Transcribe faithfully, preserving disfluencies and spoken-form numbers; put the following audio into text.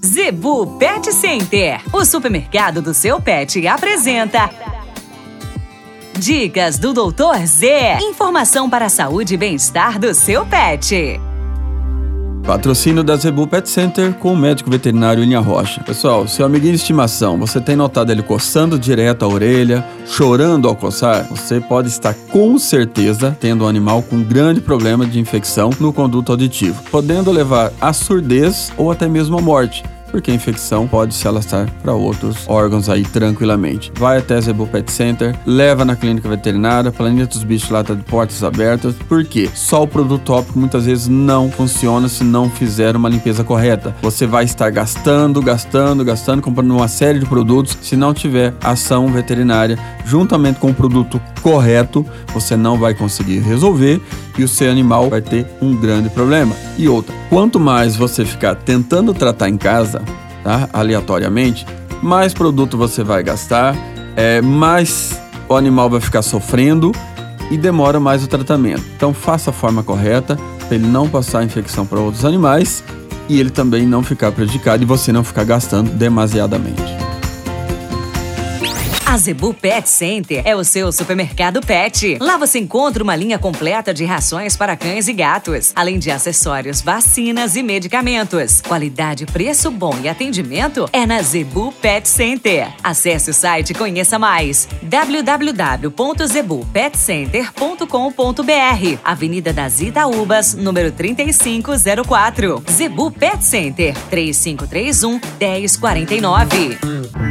Zebu Pet Center, o supermercado do seu pet, apresenta Dicas do doutor Zé. Informação para a saúde e bem-estar do seu pet. Patrocínio da Zebu Pet Center com o médico veterinário Inha Rocha. Pessoal, seu amiguinho de estimação, você tem notado ele coçando direto a orelha, chorando ao coçar? Você pode estar com certeza tendo um animal com grande problema de infecção no conduto auditivo, podendo levar à surdez ou até mesmo à morte, porque a infecção pode se alastrar para outros órgãos aí tranquilamente. Vai até Zebu Pet Center, leva na clínica veterinária, Planeta dos Bichos lá tá de portas abertas, porque só o produto tópico muitas vezes não funciona se não fizer uma limpeza correta. Você vai estar gastando, gastando, gastando, comprando uma série de produtos, se não tiver ação veterinária juntamente com o produto correto, você não vai conseguir resolver e o seu animal vai ter um grande problema. E outra, quanto mais você ficar tentando tratar em casa, tá, aleatoriamente, mais produto você vai gastar, é, mais o animal vai ficar sofrendo e demora mais o tratamento. Então faça a forma correta para ele não passar a infecção para outros animais e ele também não ficar prejudicado e você não ficar gastando demasiadamente. A Zebu Pet Center é o seu supermercado pet. Lá você encontra uma linha completa de rações para cães e gatos, além de acessórios, vacinas e medicamentos. Qualidade, preço bom e atendimento é na Zebu Pet Center. Acesse o site e conheça mais. w w w ponto zebu pet center ponto com ponto b r, Avenida das Itaúbas, número trinta e cinco zero quatro. Zebu Pet Center, três cinco três um, um zero quatro nove.